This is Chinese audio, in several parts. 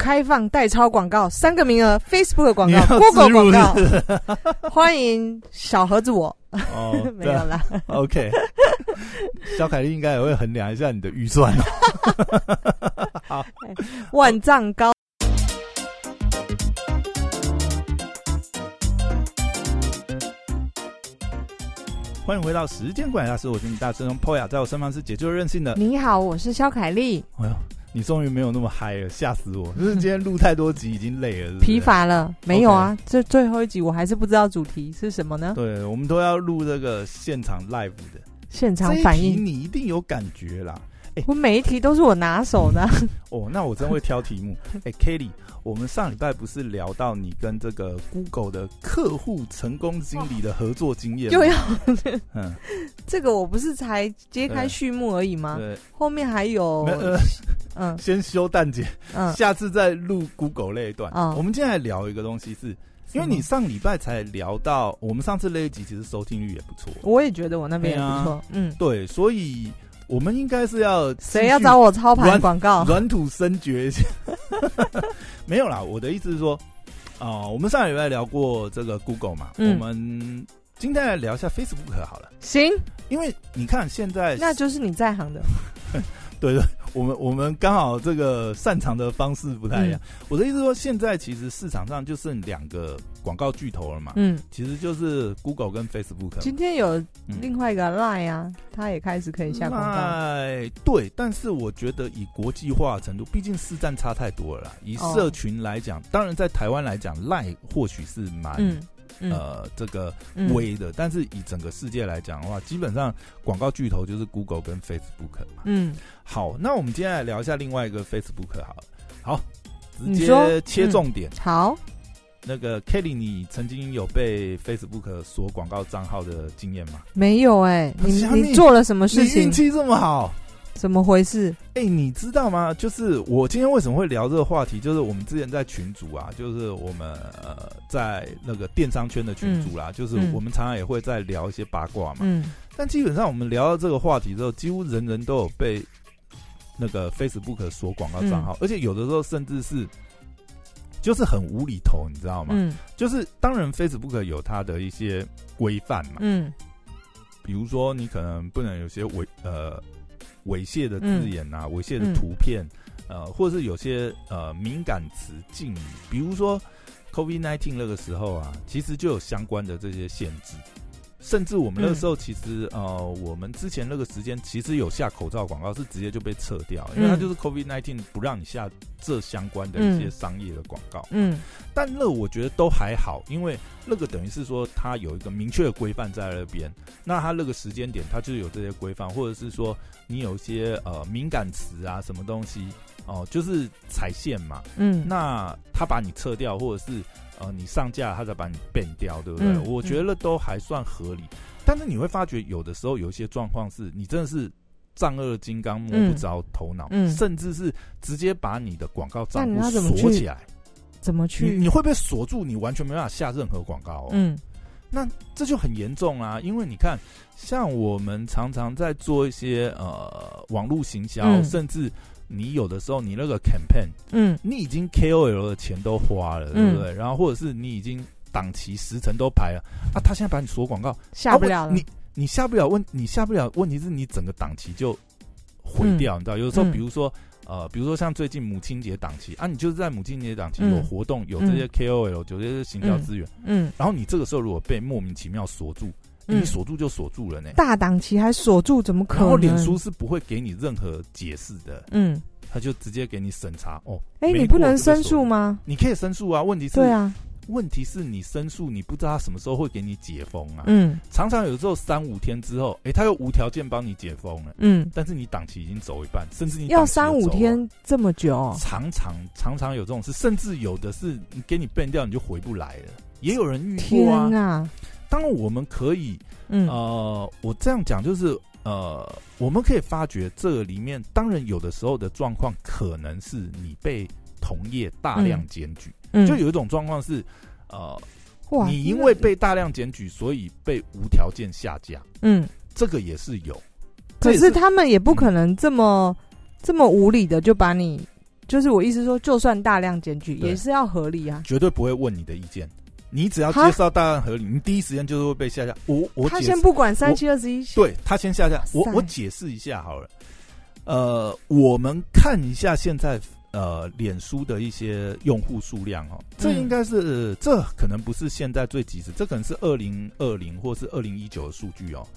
开放代抄广告3个名额 ，Facebook 广告、Google 广告，欢迎小盒子我。 哦， 没有啦。 OK， 小凯丽应该也会衡量一下你的预算好， 万丈高。 欢迎回到时间管理大师，我是你大师兄 Poya， 在我身旁是解救任性的。 你好，我是肖凯丽。 哎呦，你终于没有那么嗨了，吓死我！就是今天录太多集，已经累了， 疲乏了。没有啊，这最后一集我还是不知道主题是什么呢？ 对，我们都要录这个现场 live 的现场反应， 这一题你一定有感觉啦。 我每一题都是我拿手的。 哦，那我真会挑题目。Kelly， 我们上礼拜不是聊到你跟这个 Google 的客户成功经理的合作经验吗？ 就要这个我不是才揭开序幕而已吗？ 对， 后面还有先休蛋姐，下次再录 Google 那一段。我们今天来聊一个东西是。因为你上礼拜才聊到，我们上次那一集其实收听率也不错， 我也觉得我那边也不错。 对，所以我们应该是要谁要找我操盘广告， 软土深掘一下。没有啦，我的意思是说，我们上礼拜聊过这个 Google 嘛，我们今天来聊一下 Facebook 好了。 行， 因为你看现在， 那就是你在行的。 对，我们刚好这个擅长的方式不太一样。我的意思说，现在其实市场上就剩2个广告巨头了嘛。其实就是 Google 跟 Facebook。 今天有另外一个 Line 啊，它也开始可以下广告。 对，但是我觉得以国际化的程度，毕竟市占差太多了啦。以社群来讲，当然在台湾来讲 ，Line 或许是蛮。这个微的，但是以整个世界来讲的话，基本上广告巨头就是 Google 跟 Facebook 嘛。好，那我们今天来聊一下另外一个 Facebook 好了。好，直接切重点。 好， 那个 Kelly， 你曾经有被 Facebook 锁广告账号的经验吗？ 没有你做了什么事情？ 你运气这么好？ 怎么回事？ 你知道吗？就是我今天为什么会聊这个话题，就是我们之前在群组啊，就是我们在那个电商圈的群组啦，就是我们常常也会在聊一些八卦嘛。但基本上我们聊到这个话题之后，几乎人人都有被那个 Facebook 锁广告账号，而且有的时候甚至是就是很无厘头，你知道吗？就是当然 Facebook 有它的一些规范嘛。比如说你可能不能有些猥亵的字眼啊，猥亵的图片，或者是有些敏感词禁语，比如说 COVID-19 那个时候啊，其实就有相关的这些限制，甚至我们那个时候其实我们之前那个时间其实有下口罩广告是直接就被撤掉，因为它就是 COVID-19 不让你下这相关的一些商业的广告。但那我觉得都还好，因为那个等于是说它有一个明确的规范在那边，那它那个时间点它就有这些规范，或者是说你有一些敏感词啊什么东西就是踩线嘛，那它把你撤掉，或者是你上架它再把你 ban 掉，对不对？我觉得都还算合理。但是你会发觉有的时候有一些状况是你真的是丈二金刚摸不着头脑，甚至是直接把你的广告账户锁起来。 怎么去？ 你会被锁住，你完全没办法下任何广告那这就很严重啦，因为你看，像我们常常在做一些网络行销，甚至你有的时候你那个 campaign，你已经 KOL 的钱都花了，对不对？然后或者是你已经档期时程都排了他现在把你锁广告， 下不了了。 你下不了你下不了，问题是你整个档期就毁掉，你知道？有的时候比如说像最近母亲节档期你就是在母亲节档期有活动，有这些 KOL，有这些行销资源，然后你这个时候如果被莫名其妙锁住，你锁住就锁住了呢。大档期还锁住，怎么可能？ 然后脸书是不会给你任何解释的，他就直接给你审查你不能申诉吗？ 你可以申诉啊，问题是对啊。 问题是你申诉，你不知道他什么时候会给你解封啊。常常有时候3-5天之后，他又无条件帮你解封了。但是你档期已经走一半，甚至你要3-5天这么久常常有这种事，甚至有的是你给你 ban 掉，你就回不来了。也有人遇过啊。 天啊！ 当然我们可以，我这样讲就是我们可以发觉这个里面，当然有的时候的状况可能是你被同业大量检举。就有一种状况是，你因为被大量检举，所以被无条件下架。这个也是有。 可是他们也不可能这么无理的就把你就是我意思说，就算大量检举，也是要合理啊， 绝对不会问你的意见。你只要接受大量合理，你第一时间就是会被下架。 他先不管3721， 对他先下架。我解释一下好了。我们看一下现在脸书的一些用户数量哦，这应该是这可能不是现在最及时，这可能是2020或是2019的数据哦。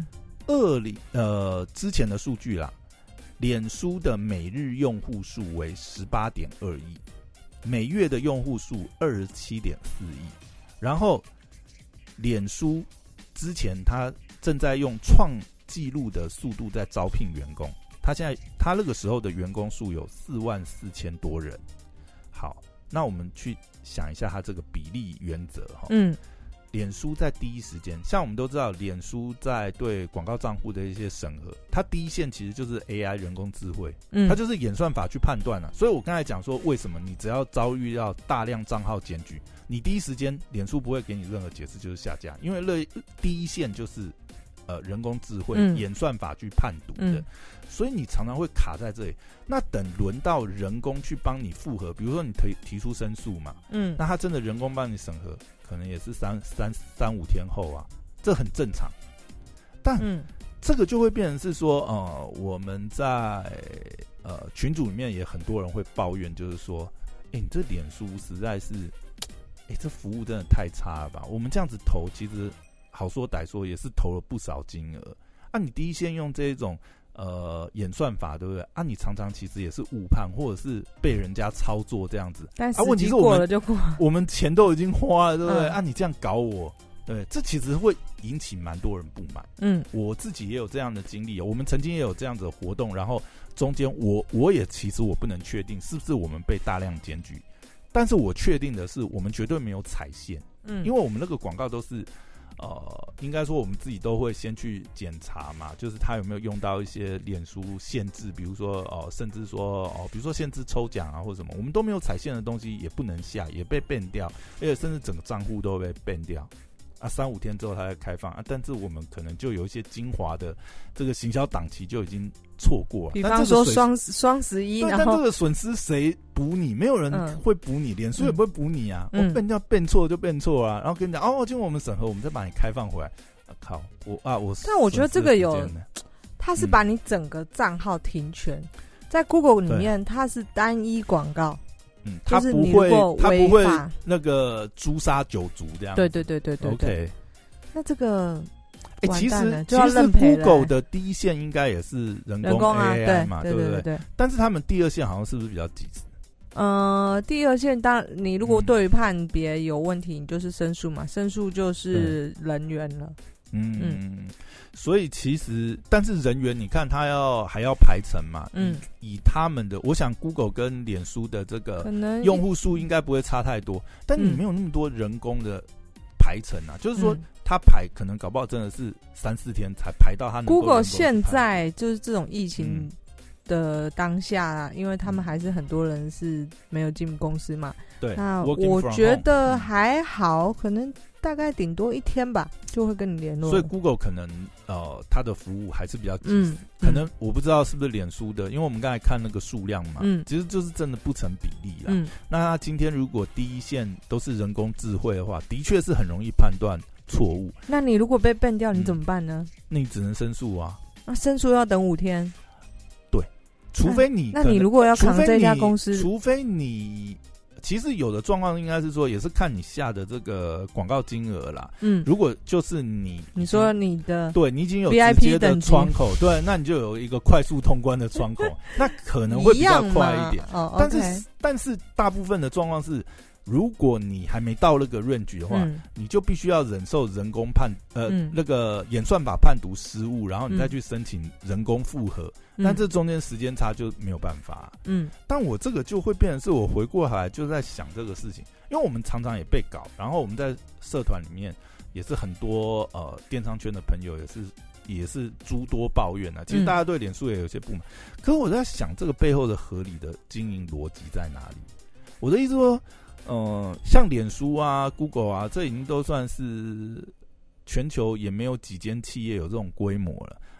之前的数据啦，脸书的每日用户数为 18.2 亿，每月的用户数 27.4 亿。然后脸书之前他正在用创纪录的速度在招聘员工，他那个时候的员工数有44000多人。好，那我们去想一下他这个比例原则哈。脸书在第一时间，像我们都知道，脸书在对广告账户的一些审核，它第一线其实就是 AI 人工智慧，它就是演算法去判断了。所以我刚才讲说，为什么你只要遭遇到大量账号检举，你第一时间脸书不会给你任何解释，就是下架，因为第一线就是人工智慧演算法去判读的，所以你常常会卡在这里。那等轮到人工去帮你复核，比如说你提出申诉嘛，那他真的人工帮你审核，可能也是3-5天后啊，这很正常。但这个就会变成是说，我们在群组里面也很多人会抱怨，就是说，你这脸书实在是，这服务真的太差了吧？我们这样子投，其实好说歹说也是投了不少金额啊。你第一线用这种演算法，对不对啊？你常常其实也是误判，或者是被人家操作这样子。 但时机过了就过了， 我们钱都已经花了，对不对？你这样搞我，对，这其实会引起蛮多人不满。我自己也有这样的经历，我们曾经也有这样子的活动，然后中间我也其实我不能确定是不是我们被大量检举，但是我确定的是我们绝对没有踩线，因为我们那个广告都是。应该说我们自己都会先去检查嘛，就是他有没有用到一些脸书限制，比如说甚至说比如说限制抽奖啊或者什么，我们都没有踩线的东西也不能下，也被 ban 掉，而且甚至整个账户都被 ban 掉啊。3-5天之后它才开放啊，但是我们可能就有一些精华的这个行销档期就已经错过了。 比方说双11， 但这个损失谁补你？没有人会补你，脸书也不会补你啊。我变掉变错就变错啊，然后跟你讲经过我们审核，我们再把你开放回来。靠， 但我觉得这个它是把你整个账号停权，在 Google 里面它是单一广告。 他不会那个诛杀九族这样。 对。 OK， 那这个其实 Google 的第一线应该也是人工 AI 嘛，对不对？但是他们第二线好像是不是比较及时？ 第二线当然，你如果对于判别有问题，你就是申诉嘛，申诉就是人员了。 所以其实，但是人员你看他还要排程嘛，以他们的，我想 Google 跟脸书的这个用户数应该不会差太多，但你没有那么多人工的排程啊，就是说他排可能搞不好真的是3-4天才排到他能够。 Google 现在就是这种疫情的当下，因为他们还是很多人是没有进公司嘛， 对， 那我觉得还好，可能大概顶多1天吧，就会跟你联络。 所以 Google 可能它的服务还是比较及时，可能我不知道是不是脸书的，因为我们刚才看那个数量嘛，其实就是真的不成比例啦。那他今天如果第一线都是人工智慧的话，的确是很容易判断错误。 那你如果被 ban 掉，你怎么办呢？ 那你只能申诉啊。 那申诉要等5天。 对，除非你那你如果要扛这家公司， 除非你。其实有的状况应该是说，也是看你下的这个广告金额啦。如果就是你说你的对你已经有直接的窗口，对，那你就有一个快速通关的窗口，那可能会比较快一点。但是大部分的状况是，如果你还没到那个 range 的话，你就必须要忍受人工那个演算法判读失误，然后你再去申请人工复核。但这中间时间差就没有办法。但我这个就会变成是我回过来就在想这个事情，因为我们常常也被搞，然后我们在社团里面也是很多电商圈的朋友也是诸多抱怨啊。其实大家对脸书也有些不满，可是我在想这个背后的合理的经营逻辑在哪里？我的意思说，像脸书啊、Google 啊，这已经都算是全球也没有几间企业有这种规模了。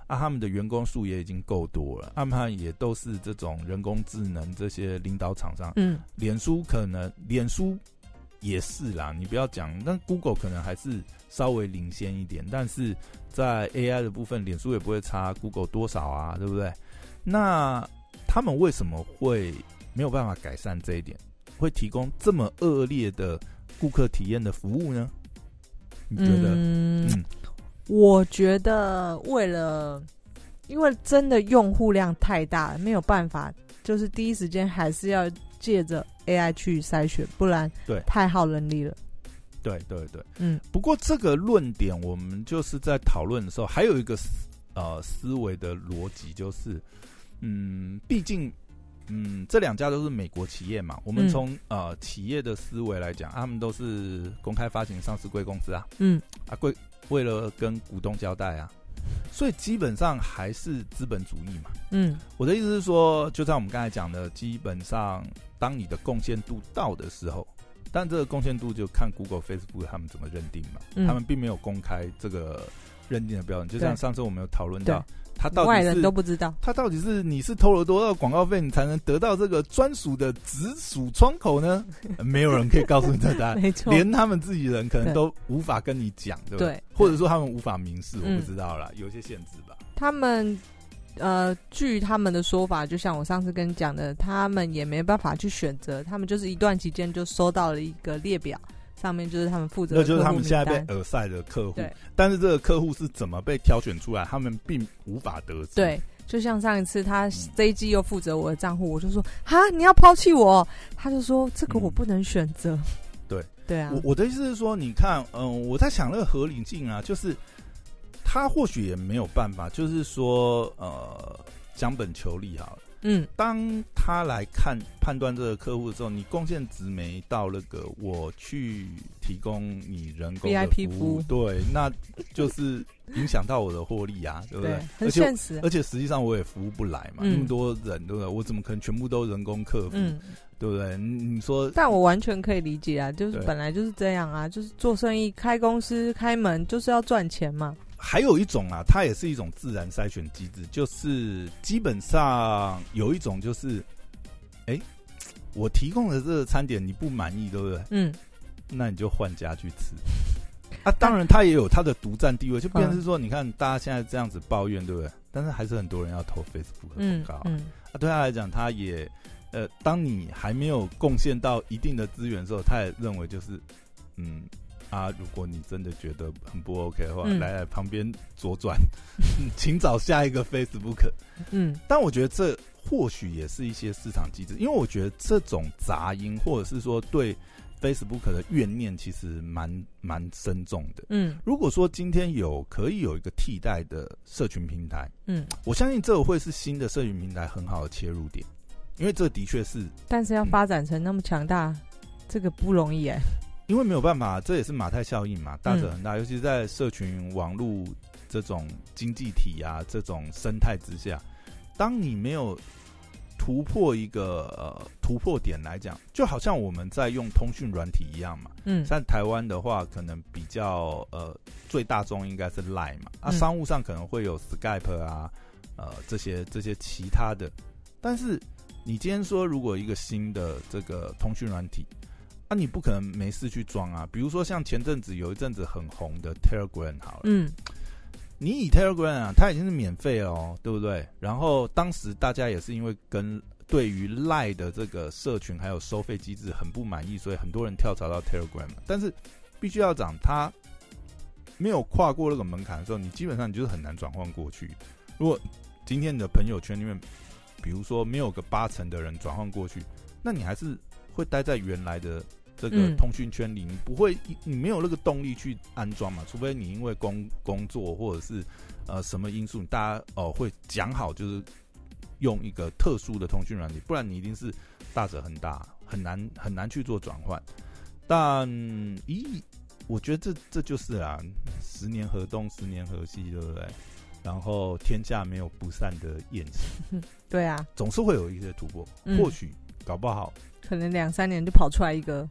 他们的员工数也已经够多了，他们也都是这种人工智能这些领导厂商。脸书也是啦，你不要讲，但 Google 可能还是稍微领先一点，但是在 AI 的部分，脸书也不会差 Google 多少啊，对不对？那他们为什么会没有办法改善这一点，会提供这么恶劣的顾客体验的服务呢？你觉得？ 我觉得因为真的用户量太大了，没有办法，就是第一时间还是要借着 AI 去筛选，不然太耗人力了。 对对对，不过这个论点，我们就是在讨论的时候，还有一个思维的逻辑，就是毕竟这两家都是美国企业嘛，我们从企业的思维来讲，他们都是公开发行上市贵公司啊，为了跟股东交代啊，所以基本上还是资本主义嘛。我的意思是说，就像我们刚才讲的，基本上当你的贡献度到的时候，但这个贡献度就看 Google、Facebook 他们怎么认定嘛。他们并没有公开这个认定的标准，就像上次我们有讨论到，他到底是外人都不知道， 他到底是你是投了多少广告费，你才能得到这个专属的直属窗口呢？没有人可以告诉你这答案， 没错， 连他们自己人可能都无法跟你讲，对不对？或者说他们无法明示，我不知道啦，有一些限制吧。 他们据他们的说法，就像我上次跟你讲的，他们也没办法去选择，他们就是一段期间就收到了一个列表。上面就是他们负责的客户名单，那就是他们现在被耳塞的客户，但是这个客户是怎么被挑选出来，他们并无法得知。 对，就像上一次他这一季又负责我的账户，我就说哈，你要抛弃我，他就说这个我不能选择。对啊， 我的意思是说，你看，我在想那个合理性啊，就是他或许也没有办法，就是说将本求利好了。当他来判断这个客户的时候，你贡献值没到那个我去提供你人工的服务，对，那就是影响到我的获利啊，对不对？ 很现实。 而且实际上我也服务不来嘛，那么多人，对不对？我怎么可能全部都人工客服？对不对？你说， 但我完全可以理解啊，就是本来就是这样啊，就是做生意、开公司、开门就是要赚钱嘛。 还有一种啊，它也是一种自然筛选机制，就是基本上有一种就是，我提供的这个餐点你不满意，对不对？那你就换家去吃。当然它也有它的独占地位，就变成是说，你看大家现在这样子抱怨，对不对？但是还是很多人要投 Facebook 的广告。对他来讲，他也当你还没有贡献到一定的资源的时候，他也认为就是如果你真的觉得很不 OK 的话，来旁边左转，请找下一个 Facebook。但我觉得这或许也是一些市场机制，因为我觉得这种杂音或者是说对 Facebook 的怨念其实蛮深重的。如果说今天可以有一个替代的社群平台，我相信这会是新的社群平台很好的切入点，因为这的确是， 但是要发展成那么强大，这个不容易因为没有办法，这也是马太效应嘛，大者很大，尤其在社群网络这种经济体啊，这种生态之下，当你没有突破一个突破点来讲，就好像我们在用通讯软体一样嘛。像台湾的话，可能比较最大众应该是 Line 嘛，商务上可能会有 Skype 啊，这些其他的，但是你今天说如果一个新的这个通讯软体，你不可能没事去装啊。比如说像前阵子有一阵子很红的 Telegram 好了，你以 Telegram 啊，它已经是免费了对不对？然后当时大家也是因为对于 LINE 的这个社群还有收费机制很不满意，所以很多人跳槽到 Telegram。但是必须要讲，它没有跨过那个门槛的时候，你基本上你就是很难转换过去。如果今天你的朋友圈里面，比如说没有个80%的人转换过去，那你还是会待在原来的这个通讯圈里，你没有那个动力去安装嘛，除非你因为工作或者是什么因素，大家会讲好就是用一个特殊的通讯软体，不然你一定是大者很大，很难去做转换。但我觉得这就是10年河东10年河西，对不对？然后天下没有不散的宴席， 对啊， 总是会有一些突破，或许搞不好。 可能2-3年就跑出来一个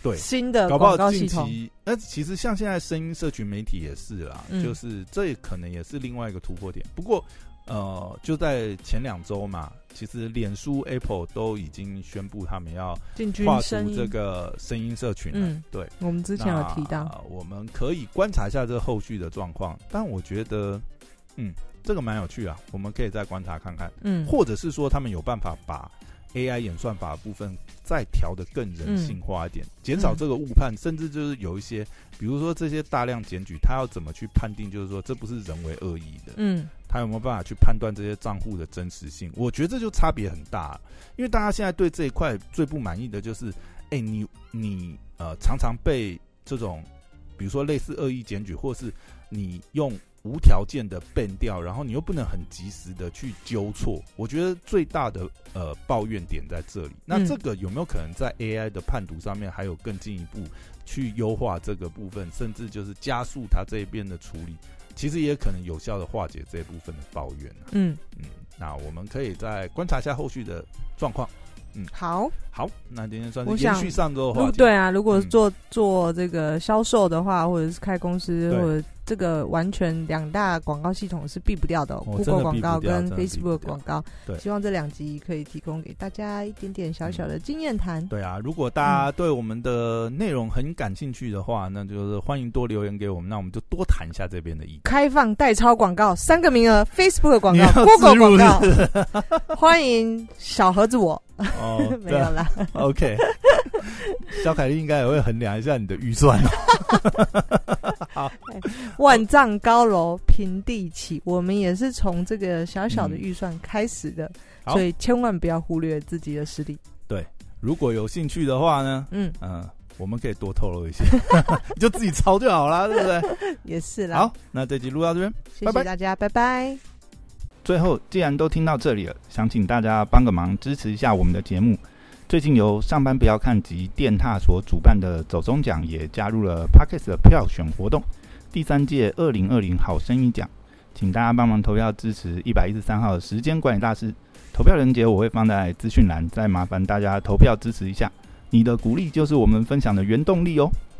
对新的广告系统。 其实像现在声音社群媒体也是啦，就是这可能也是另外一个突破点。不过就在前2周嘛，其实脸书 Apple 都已经宣布他们要跨出这个声音社群了。对， 我们之前有提到， 我们可以观察一下这后续的状况。但我觉得这个蛮有趣啊，我们可以再观察看看。或者是说他们有办法把 AI 演算法的部分再调得更人性化一点，减少这个误判，甚至就是有一些比如说这些大量检举，他要怎么去判定就是说这不是人为恶意的，他有没有办法去判断这些账户的真实性？我觉得这就差别很大，因为大家现在对这一块最不满意的就是你常常被这种比如说类似恶意检举，或是你用无条件的ban掉，然后你又不能很及时的去纠错，我觉得最大的抱怨点在这里。那这个有没有可能在 AI 的判读上面还有更进一步去优化这个部分，甚至就是加速它这一边的处理，其实也可能有效的化解这一部分的抱怨那我们可以再观察一下后续的状况。 好， 那今天算是延续上周的话题。 对啊，如果做这个销售的话，或者是开公司，或者这个完全2大广告系统是避不掉的，Google 广告跟 Facebook 广告。希望这2集可以提供给大家一点点小小的经验谈。 对啊，如果大家对我们的内容很感兴趣的话，那就是欢迎多留言给我们，那我们就多谈一下这边的意见。 开放代抄广告3个名额 ，Facebook 广告、Google 广告，欢迎小盒子我。没有啦。 OK， 小凯丽应该也会衡量一下你的预算。好， 万丈高楼平地起，我们也是从这个小小的预算开始的，所以千万不要忽略自己的实力。对， 如果有兴趣的话呢，我们可以多透露一些，你就自己抄就好啦，对不对？ 也是啦。 好，那这集录到这边， 谢谢大家，拜拜。 最后，既然都听到这里了，想请大家帮个忙，支持一下我们的节目。最近由上班不要看及电踏所主办的走中奖也加入了 Podcast 的票选活动，第3届2020好声音奖，请大家帮忙投票支持113号的时间管理大师。投票链接我会放在资讯栏，再麻烦大家投票支持一下，你的鼓励就是我们分享的原动力哦。